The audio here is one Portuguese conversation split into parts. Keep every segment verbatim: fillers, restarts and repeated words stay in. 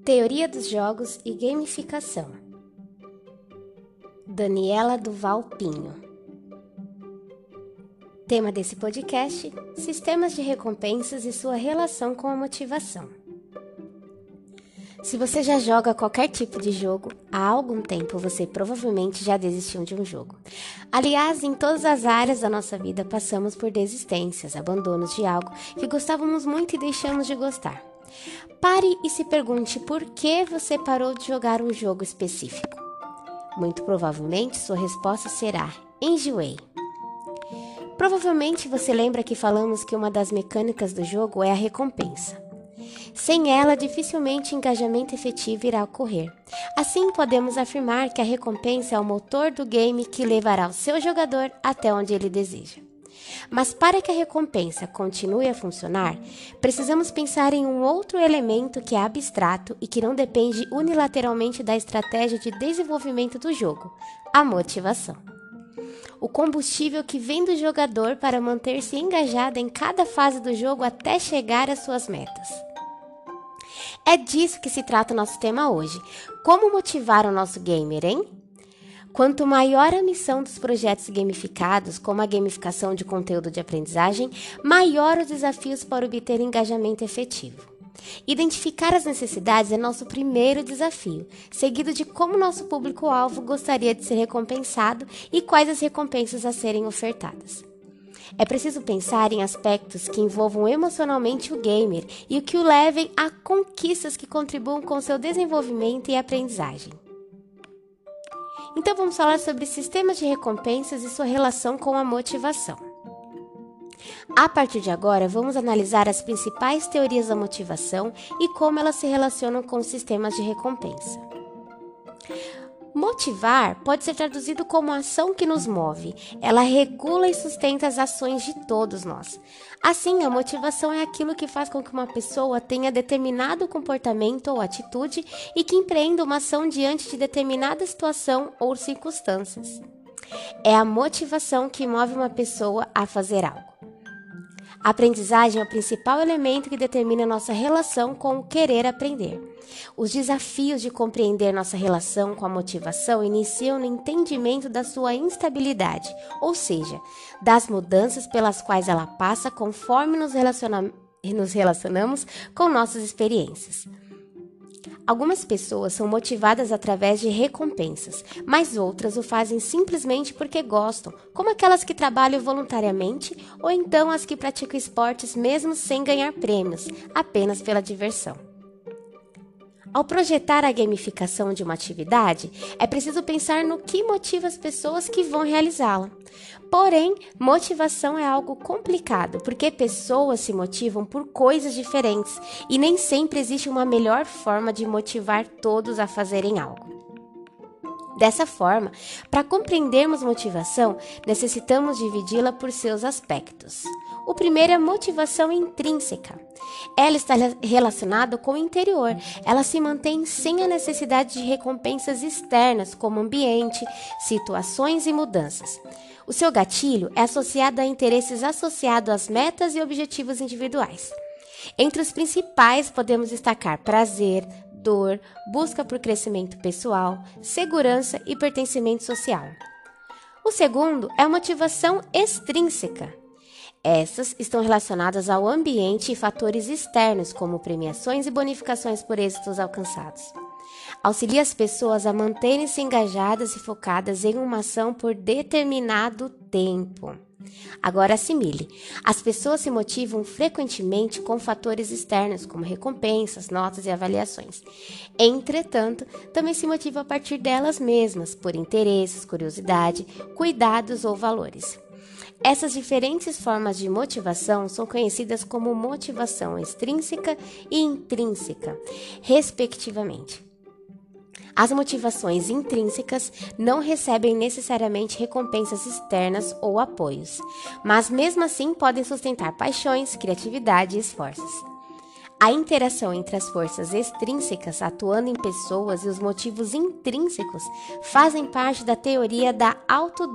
Teoria dos jogos e gamificação. Daniela Duval Pinho. Tema desse podcast: sistemas de recompensas e sua relação com a motivação. Se você já joga qualquer tipo de jogo, há algum tempo você provavelmente já desistiu de um jogo. Aliás, em todas as áreas da nossa vida passamos por desistências, abandonos de algo que gostávamos muito e deixamos de gostar. Pare e se pergunte por que você parou de jogar um jogo específico. Muito provavelmente sua resposta será: enjoei. Provavelmente você lembra que falamos que uma das mecânicas do jogo é a recompensa. Sem ela, dificilmente engajamento efetivo irá ocorrer. Assim, podemos afirmar que a recompensa é o motor do game que levará o seu jogador até onde ele deseja. Mas para que a recompensa continue a funcionar, precisamos pensar em um outro elemento que é abstrato e que não depende unilateralmente da estratégia de desenvolvimento do jogo: a motivação. O combustível que vem do jogador para manter-se engajado em cada fase do jogo até chegar às suas metas. É disso que se trata o nosso tema hoje. Como motivar o nosso gamer, hein? Quanto maior a missão dos projetos gamificados, como a gamificação de conteúdo de aprendizagem, maior os desafios para obter engajamento efetivo. Identificar as necessidades é nosso primeiro desafio, seguido de como nosso público-alvo gostaria de ser recompensado e quais as recompensas a serem ofertadas. É preciso pensar em aspectos que envolvam emocionalmente o gamer e o que o levem a conquistas que contribuam com seu desenvolvimento e aprendizagem. Então vamos falar sobre sistemas de recompensas e sua relação com a motivação. A partir de agora, vamos analisar as principais teorias da motivação e como elas se relacionam com os sistemas de recompensa. Motivar pode ser traduzido como a ação que nos move. Ela regula e sustenta as ações de todos nós. Assim, a motivação é aquilo que faz com que uma pessoa tenha determinado comportamento ou atitude e que empreenda uma ação diante de determinada situação ou circunstâncias. É a motivação que move uma pessoa a fazer algo. A aprendizagem é o principal elemento que determina nossa relação com o querer aprender. Os desafios de compreender nossa relação com a motivação iniciam no entendimento da sua instabilidade, ou seja, das mudanças pelas quais ela passa conforme nos, relaciona- nos relacionamos com nossas experiências. Algumas pessoas são motivadas através de recompensas, mas outras o fazem simplesmente porque gostam, como aquelas que trabalham voluntariamente ou então as que praticam esportes mesmo sem ganhar prêmios, apenas pela diversão. Ao projetar a gamificação de uma atividade, é preciso pensar no que motiva as pessoas que vão realizá-la. Porém, motivação é algo complicado, porque pessoas se motivam por coisas diferentes e nem sempre existe uma melhor forma de motivar todos a fazerem algo. Dessa forma, para compreendermos motivação, necessitamos dividi-la por seus aspectos. O primeiro é a motivação intrínseca. Ela está relacionada com o interior. Ela se mantém sem a necessidade de recompensas externas, como ambiente, situações e mudanças. O seu gatilho é associado a interesses associados às metas e objetivos individuais. Entre os principais, podemos destacar prazer, dor, busca por crescimento pessoal, segurança e pertencimento social. O segundo é a motivação extrínseca. Essas estão relacionadas ao ambiente e fatores externos, como premiações e bonificações por êxitos alcançados. Auxilia as pessoas a manterem-se engajadas e focadas em uma ação por determinado tempo. Agora assimile. As pessoas se motivam frequentemente com fatores externos, como recompensas, notas e avaliações. Entretanto, também se motivam a partir delas mesmas, por interesses, curiosidade, cuidados ou valores. Essas diferentes formas de motivação são conhecidas como motivação extrínseca e intrínseca, respectivamente. As motivações intrínsecas não recebem necessariamente recompensas externas ou apoios, mas mesmo assim podem sustentar paixões, criatividade e esforços. A interação entre as forças extrínsecas atuando em pessoas e os motivos intrínsecos fazem parte da teoria da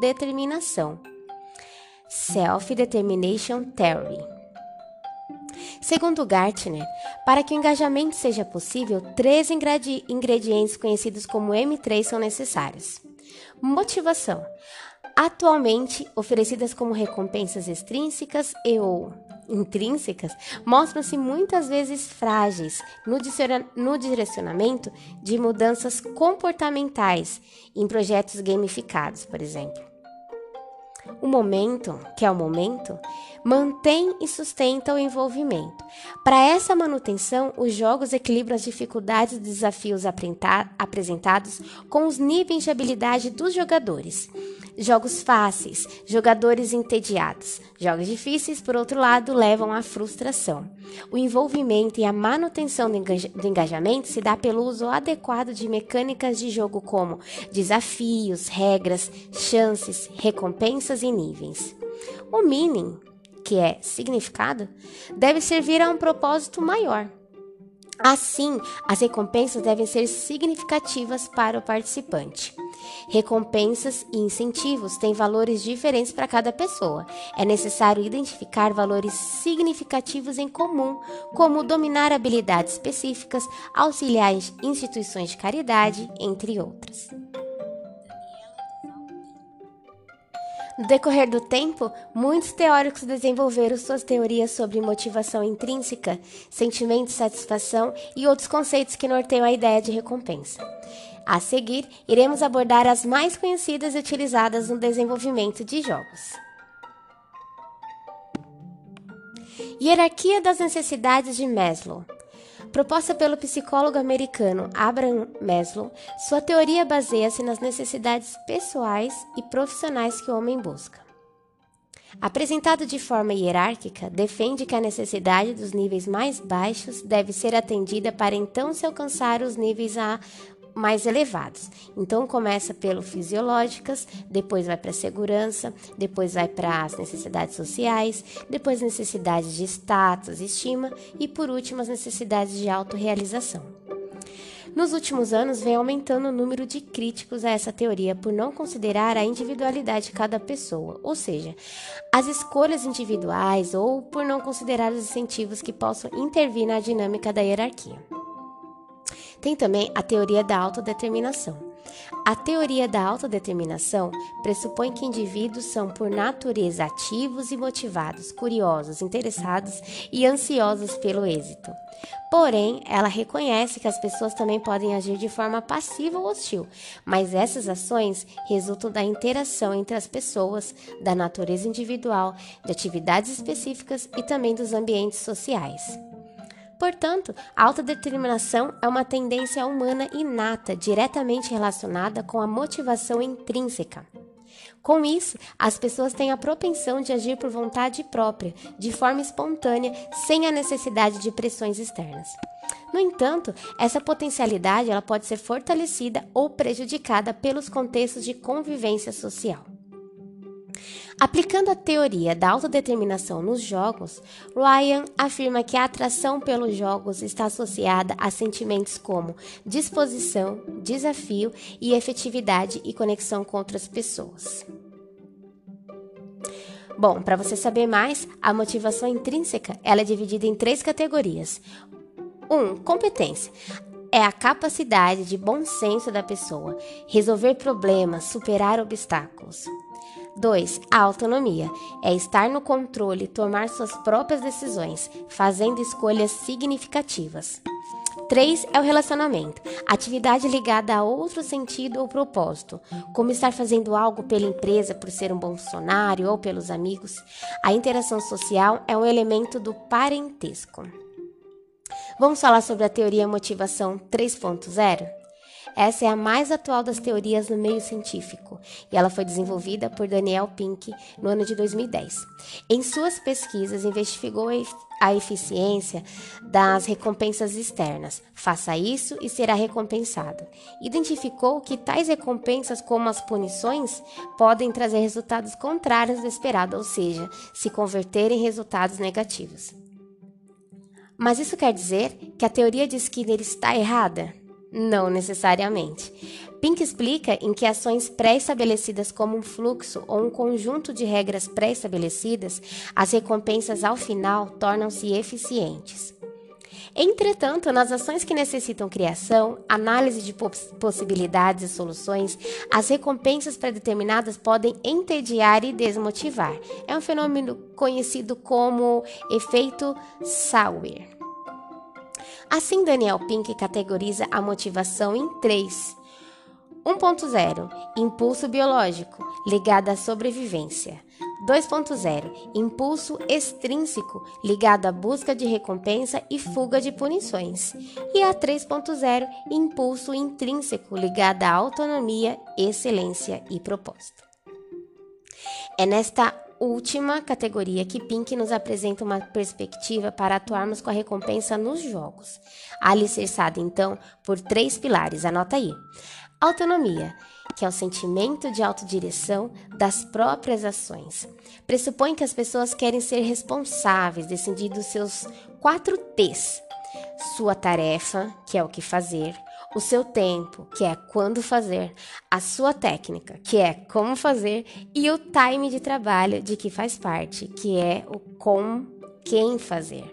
autodeterminação, Self-Determination Theory. Segundo Gartner, para que o engajamento seja possível, três ingredi- ingredientes conhecidos como M três são necessários. Motivação. Atualmente, oferecidas como recompensas extrínsecas e ou intrínsecas, mostram-se muitas vezes frágeis no, direciona- no direcionamento de mudanças comportamentais em projetos gamificados, por exemplo. O momento, que é o momento, mantém e sustenta o envolvimento. Para essa manutenção, os jogos equilibram as dificuldades e desafios aprenta- apresentados com os níveis de habilidade dos jogadores. Jogos fáceis, jogadores entediados. Jogos difíceis, por outro lado, levam à frustração. O envolvimento e a manutenção do, engaja- do engajamento se dá pelo uso adequado de mecânicas de jogo como desafios, regras, chances, recompensas e níveis. O meaning, que é significado, deve servir a um propósito maior. Assim, as recompensas devem ser significativas para o participante. Recompensas e incentivos têm valores diferentes para cada pessoa. É necessário identificar valores significativos em comum, como dominar habilidades específicas, auxiliar instituições de caridade, entre outras. No decorrer do tempo, muitos teóricos desenvolveram suas teorias sobre motivação intrínseca, sentimento de satisfação e outros conceitos que norteiam a ideia de recompensa. A seguir, iremos abordar as mais conhecidas e utilizadas no desenvolvimento de jogos. Hierarquia das necessidades de Maslow. Proposta pelo psicólogo americano Abraham Maslow, sua teoria baseia-se nas necessidades pessoais e profissionais que o homem busca. Apresentado de forma hierárquica, defende que a necessidade dos níveis mais baixos deve ser atendida para então se alcançar os níveis a mais elevados. Então começa pelo fisiológicas, depois vai para a segurança, depois vai para as necessidades sociais, depois necessidades de status, estima e por último as necessidades de autorrealização. Nos últimos anos vem aumentando o número de críticos a essa teoria por não considerar a individualidade de cada pessoa, ou seja, as escolhas individuais ou por não considerar os incentivos que possam intervir na dinâmica da hierarquia. Tem também a teoria da autodeterminação. A teoria da autodeterminação pressupõe que indivíduos são, por natureza, ativos e motivados, curiosos, interessados e ansiosos pelo êxito. Porém, ela reconhece que as pessoas também podem agir de forma passiva ou hostil, mas essas ações resultam da interação entre as pessoas, da natureza individual, de atividades específicas e também dos ambientes sociais. Portanto, a autodeterminação é uma tendência humana inata, diretamente relacionada com a motivação intrínseca. Com isso, as pessoas têm a propensão de agir por vontade própria, de forma espontânea, sem a necessidade de pressões externas. No entanto, essa potencialidade ela pode ser fortalecida ou prejudicada pelos contextos de convivência social. Aplicando a teoria da autodeterminação nos jogos, Ryan afirma que a atração pelos jogos está associada a sentimentos como disposição, desafio e efetividade e conexão com outras pessoas. Bom, para você saber mais, a motivação intrínseca ela é dividida em três categorias. um. Competência. É a capacidade de bom senso da pessoa, resolver problemas, superar obstáculos. dois. A autonomia. É estar no controle, tomar suas próprias decisões, fazendo escolhas significativas. três. É o relacionamento. Atividade ligada a outro sentido ou propósito, como estar fazendo algo pela empresa por ser um bom funcionário ou pelos amigos. A interação social é um elemento do parentesco. Vamos falar sobre a teoria motivação três ponto zero? Essa é a mais atual das teorias no meio científico e ela foi desenvolvida por Daniel Pink no ano de dois mil e dez. Em suas pesquisas, investigou a eficiência das recompensas externas. Faça isso e será recompensado. Identificou que tais recompensas, como as punições, podem trazer resultados contrários do esperado, ou seja, se converter em resultados negativos. Mas isso quer dizer que a teoria de Skinner está errada? Não necessariamente. Pink explica em que ações pré-estabelecidas como um fluxo ou um conjunto de regras pré-estabelecidas, as recompensas ao final tornam-se eficientes. Entretanto, nas ações que necessitam criação, análise de poss- possibilidades e soluções, as recompensas pré-determinadas podem entediar e desmotivar. É um fenômeno conhecido como efeito Sauer. Assim, Daniel Pink categoriza a motivação em três. um ponto zero Impulso biológico, ligado à sobrevivência. dois ponto zero Impulso extrínseco, ligado à busca de recompensa e fuga de punições. E a três ponto zero Impulso intrínseco, ligado à autonomia, excelência e propósito. É nesta última categoria que Pink nos apresenta uma perspectiva para atuarmos com a recompensa nos jogos, alicerçada então por três pilares, anota aí. Autonomia, que é o sentimento de autodireção das próprias ações. Pressupõe que as pessoas querem ser responsáveis, decidindo seus quatro T's. Sua tarefa, que é o que fazer, o seu tempo, que é quando fazer, a sua técnica, que é como fazer, e o time de trabalho de que faz parte, que é o com quem fazer.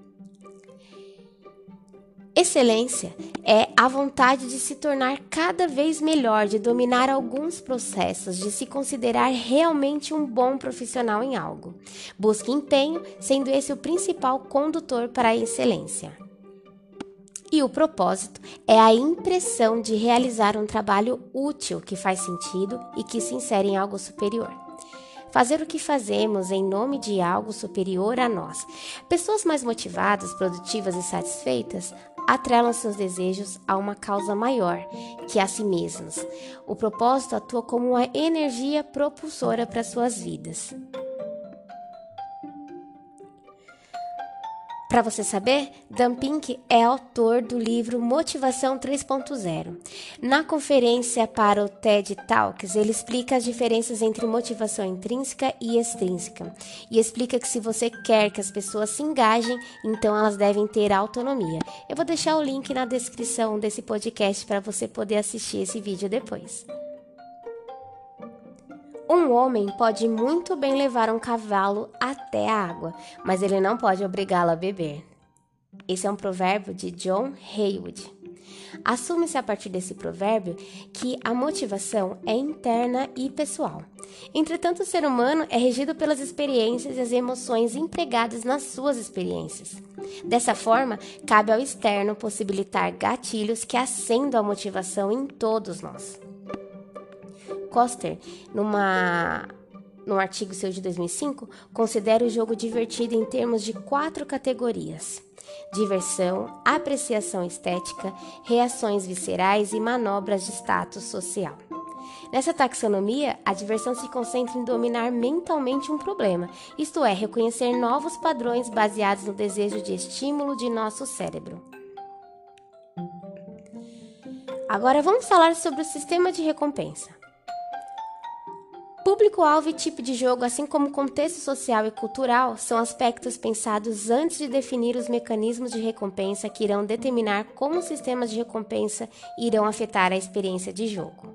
Excelência é a vontade de se tornar cada vez melhor, de dominar alguns processos, de se considerar realmente um bom profissional em algo. Busque empenho, sendo esse o principal condutor para a excelência. E o propósito é a impressão de realizar um trabalho útil que faz sentido e que se insere em algo superior. Fazer o que fazemos em nome de algo superior a nós. Pessoas mais motivadas, produtivas e satisfeitas atrelam seus desejos a uma causa maior que a si mesmas. O propósito atua como uma energia propulsora para suas vidas. Para você saber, Dan Pink é autor do livro Motivação três ponto zero. Na conferência para o TED Talks, ele explica as diferenças entre motivação intrínseca e extrínseca. E explica que se você quer que as pessoas se engajem, então elas devem ter autonomia. Eu vou deixar o link na descrição desse podcast para você poder assistir esse vídeo depois. Um homem pode muito bem levar um cavalo até a água, mas ele não pode obrigá-lo a beber. Esse é um provérbio de John Haywood. Assume-se a partir desse provérbio que a motivação é interna e pessoal. Entretanto, o ser humano é regido pelas experiências e as emoções empregadas nas suas experiências. Dessa forma, cabe ao externo possibilitar gatilhos que acendam a motivação em todos nós. Coster, numa, num artigo seu de dois mil e cinco, considera o jogo divertido em termos de quatro categorias: diversão, apreciação estética, reações viscerais e manobras de status social. Nessa taxonomia, a diversão se concentra em dominar mentalmente um problema, isto é, reconhecer novos padrões baseados no desejo de estímulo de nosso cérebro. Agora vamos falar sobre o sistema de recompensa. Público-alvo e tipo de jogo, assim como contexto social e cultural, são aspectos pensados antes de definir os mecanismos de recompensa que irão determinar como os sistemas de recompensa irão afetar a experiência de jogo.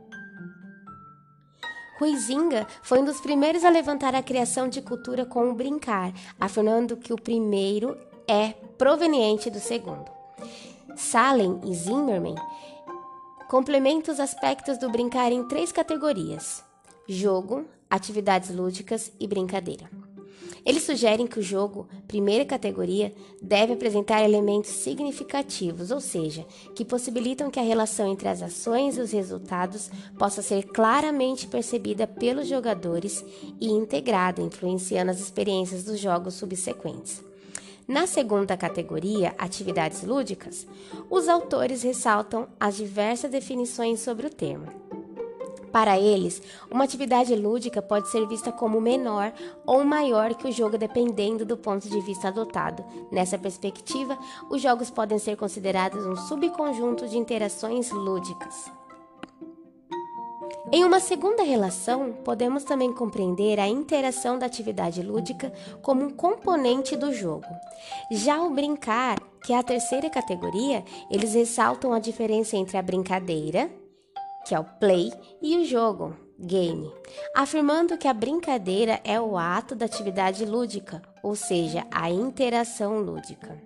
Huizinga foi um dos primeiros a levantar a criação de cultura com o brincar, afirmando que o primeiro é proveniente do segundo. Salem e Zimmerman complementam os aspectos do brincar em três categorias: jogo, atividades lúdicas e brincadeira. Eles sugerem que o jogo, primeira categoria, deve apresentar elementos significativos, ou seja, que possibilitam que a relação entre as ações e os resultados possa ser claramente percebida pelos jogadores e integrada, influenciando as experiências dos jogos subsequentes. Na segunda categoria, atividades lúdicas, os autores ressaltam as diversas definições sobre o termo. Para eles, uma atividade lúdica pode ser vista como menor ou maior que o jogo dependendo do ponto de vista adotado. Nessa perspectiva, os jogos podem ser considerados um subconjunto de interações lúdicas. Em uma segunda relação, podemos também compreender a interação da atividade lúdica como um componente do jogo. Já o brincar, que é a terceira categoria, eles ressaltam a diferença entre a brincadeira, que é o play, e o jogo, game, afirmando que a brincadeira é o ato da atividade lúdica, ou seja, a interação lúdica.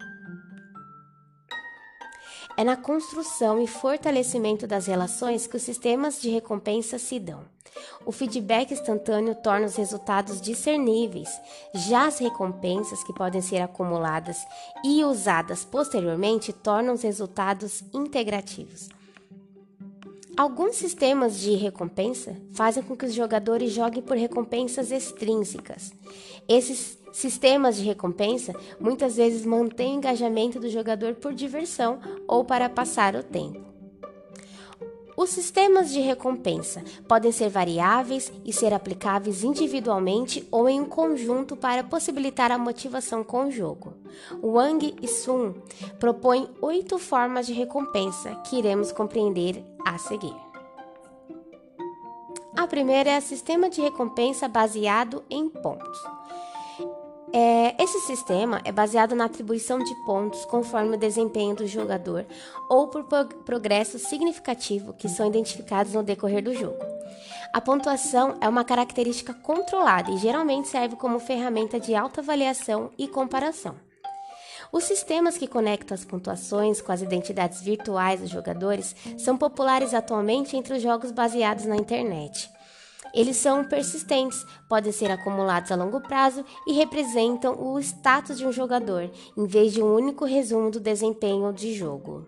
É na construção e fortalecimento das relações que os sistemas de recompensa se dão. O feedback instantâneo torna os resultados discerníveis, já as recompensas que podem ser acumuladas e usadas posteriormente tornam os resultados integrativos. Alguns sistemas de recompensa fazem com que os jogadores joguem por recompensas extrínsecas. Esses sistemas de recompensa muitas vezes mantêm o engajamento do jogador por diversão ou para passar o tempo. Os sistemas de recompensa podem ser variáveis e ser aplicáveis individualmente ou em um conjunto para possibilitar a motivação com o jogo. Wang e Sun propõem oito formas de recompensa que iremos compreender a seguir. A primeira é o sistema de recompensa baseado em pontos. É, esse sistema é baseado na atribuição de pontos conforme o desempenho do jogador ou por progresso significativo que são identificados no decorrer do jogo. A pontuação é uma característica controlada e geralmente serve como ferramenta de autoavaliação e comparação. Os sistemas que conectam as pontuações com as identidades virtuais dos jogadores são populares atualmente entre os jogos baseados na internet. Eles são persistentes, podem ser acumulados a longo prazo e representam o status de um jogador, em vez de um único resumo do desempenho de jogo.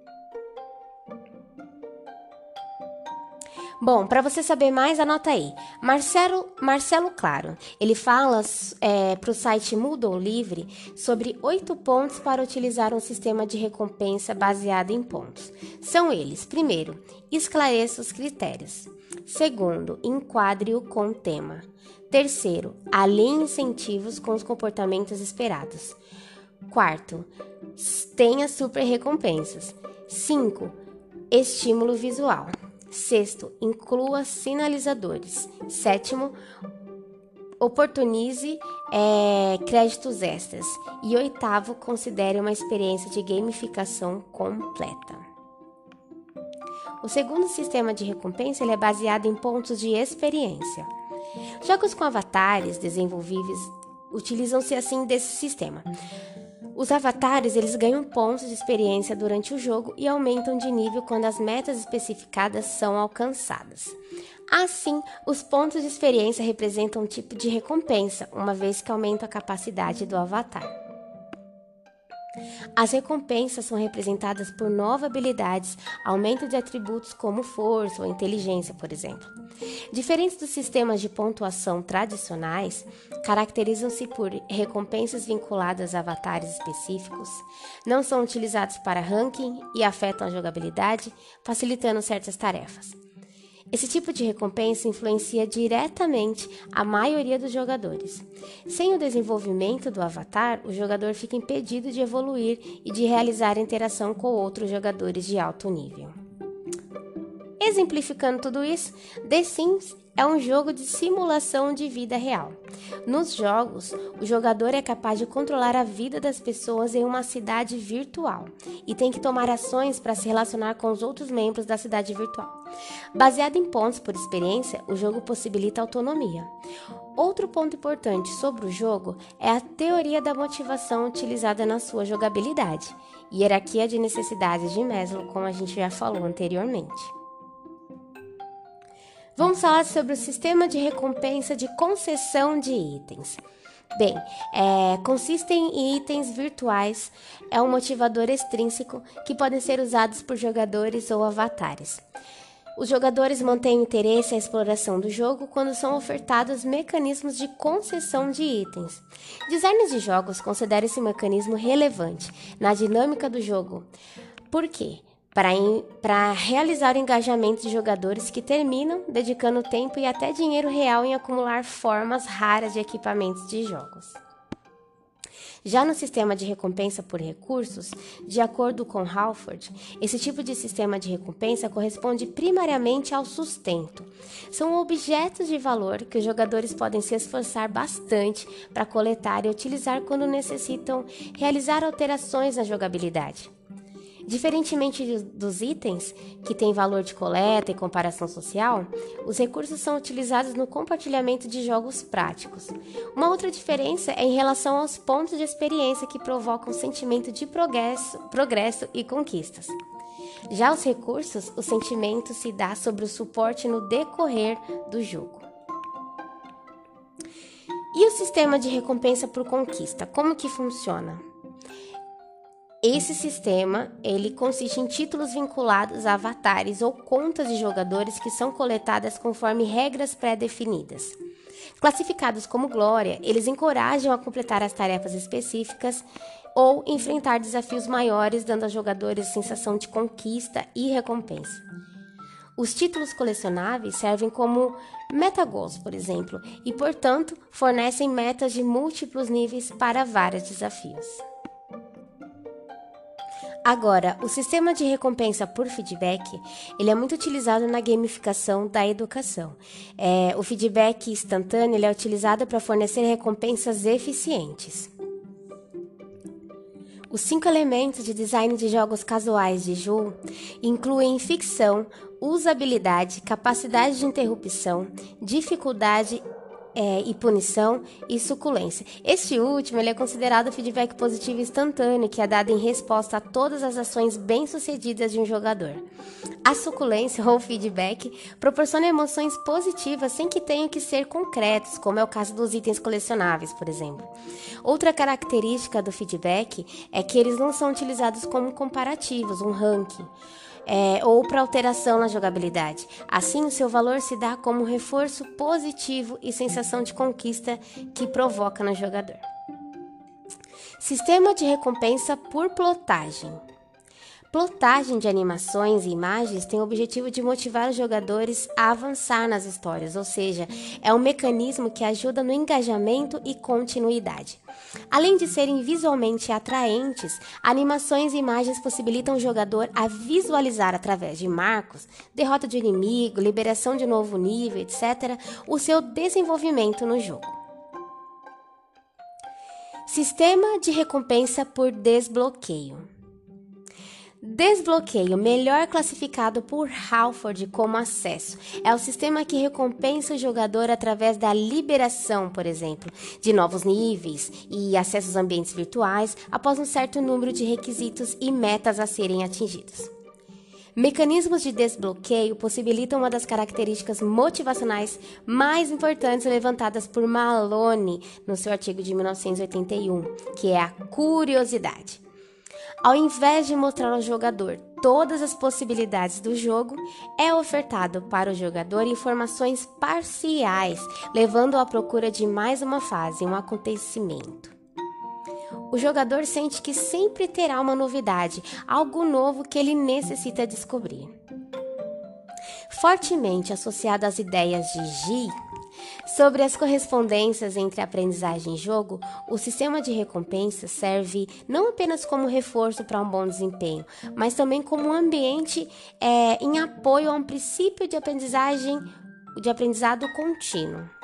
Bom, para você saber mais, anota aí. Marcelo, Marcelo Claro, ele fala é, para o site Moodle Livre sobre oito pontos para utilizar um sistema de recompensa baseado em pontos. São eles: primeiro, esclareça os critérios. Segundo, enquadre-o com o tema. Terceiro, alinhe incentivos com os comportamentos esperados. Quarto, tenha super recompensas. Cinco, estímulo visual. Sexto, inclua sinalizadores. Sétimo, oportunize é, créditos extras. E oitavo, considere uma experiência de gamificação completa. O segundo sistema de recompensa ele é baseado em pontos de experiência. Jogos com avatares desenvolvíveis utilizam-se assim desse sistema. Os avatares eles ganham pontos de experiência durante o jogo e aumentam de nível quando as metas especificadas são alcançadas. Assim, os pontos de experiência representam um tipo de recompensa, uma vez que aumentam a capacidade do avatar. As recompensas são representadas por novas habilidades, aumento de atributos como força ou inteligência, por exemplo. Diferentes dos sistemas de pontuação tradicionais, caracterizam-se por recompensas vinculadas a avatares específicos, não são utilizados para ranking e afetam a jogabilidade, facilitando certas tarefas. Esse tipo de recompensa influencia diretamente a maioria dos jogadores. Sem o desenvolvimento do avatar, o jogador fica impedido de evoluir e de realizar interação com outros jogadores de alto nível. Exemplificando tudo isso, The Sims é um jogo de simulação de vida real. Nos jogos, o jogador é capaz de controlar a vida das pessoas em uma cidade virtual e tem que tomar ações para se relacionar com os outros membros da cidade virtual. Baseado em pontos por experiência, o jogo possibilita autonomia. Outro ponto importante sobre o jogo é a teoria da motivação utilizada na sua jogabilidade, hierarquia de necessidades de Maslow, como a gente já falou anteriormente. Vamos falar sobre o sistema de recompensa de concessão de itens. Bem, é, consistem em itens virtuais, é um motivador extrínseco que podem ser usados por jogadores ou avatares. Os jogadores mantêm interesse à exploração do jogo quando são ofertados mecanismos de concessão de itens. Designers de jogos consideram esse mecanismo relevante na dinâmica do jogo. Por quê? Para realizar o engajamento de jogadores que terminam dedicando tempo e até dinheiro real em acumular formas raras de equipamentos de jogos. Já no sistema de recompensa por recursos, de acordo com Halford, esse tipo de sistema de recompensa corresponde primariamente ao sustento. São objetos de valor que os jogadores podem se esforçar bastante para coletar e utilizar quando necessitam realizar alterações na jogabilidade. Diferentemente dos itens, que têm valor de coleta e comparação social, os recursos são utilizados no compartilhamento de jogos práticos. Uma outra diferença é em relação aos pontos de experiência que provocam sentimento de progresso, progresso e conquistas. Já os recursos, o sentimento se dá sobre o suporte no decorrer do jogo. E o sistema de recompensa por conquista, como que funciona? Esse sistema, ele consiste em títulos vinculados a avatares ou contas de jogadores que são coletadas conforme regras pré-definidas. Classificados como glória, eles encorajam a completar as tarefas específicas ou enfrentar desafios maiores, dando aos jogadores sensação de conquista e recompensa. Os títulos colecionáveis servem como metagoals, por exemplo, e, portanto, fornecem metas de múltiplos níveis para vários desafios. Agora, o sistema de recompensa por feedback, ele é muito utilizado na gamificação da educação. É, o feedback instantâneo ele é utilizado para fornecer recompensas eficientes. Os cinco elementos de design de jogos casuais de Joule incluem ficção, usabilidade, capacidade de interrupção, dificuldade É, e punição e suculência. Este último ele é considerado o feedback positivo instantâneo que é dado em resposta a todas as ações bem-sucedidas de um jogador. A suculência ou feedback proporciona emoções positivas sem que tenham que ser concretos, como é o caso dos itens colecionáveis, por exemplo. Outra característica do feedback é que eles não são utilizados como comparativos, um ranking. É, ou para alteração na jogabilidade. Assim, o seu valor se dá como reforço positivo e sensação de conquista que provoca no jogador. Sistema de recompensa por plotagem. Plotagem de animações e imagens tem o objetivo de motivar os jogadores a avançar nas histórias, ou seja, é um mecanismo que ajuda no engajamento e continuidade. Além de serem visualmente atraentes, animações e imagens possibilitam o jogador a visualizar através de marcos, derrota de inimigo, liberação de novo nível, etcétera, o seu desenvolvimento no jogo. Sistema de recompensa por desbloqueio. Desbloqueio, melhor classificado por Halford como acesso, é o sistema que recompensa o jogador através da liberação, por exemplo, de novos níveis e acessos a ambientes virtuais após um certo número de requisitos e metas a serem atingidos. Mecanismos de desbloqueio possibilitam uma das características motivacionais mais importantes levantadas por Malone no seu artigo de mil novecentos e oitenta e um, que é a curiosidade. Ao invés de mostrar ao jogador todas as possibilidades do jogo, é ofertado para o jogador informações parciais, levando-o à procura de mais uma fase, um acontecimento. O jogador sente que sempre terá uma novidade, algo novo que ele necessita descobrir. Fortemente associado às ideias de G. Sobre as correspondências entre aprendizagem e jogo, o sistema de recompensa serve não apenas como reforço para um bom desempenho, mas também como um ambiente é, em apoio a um princípio de aprendizagem, de aprendizado contínuo.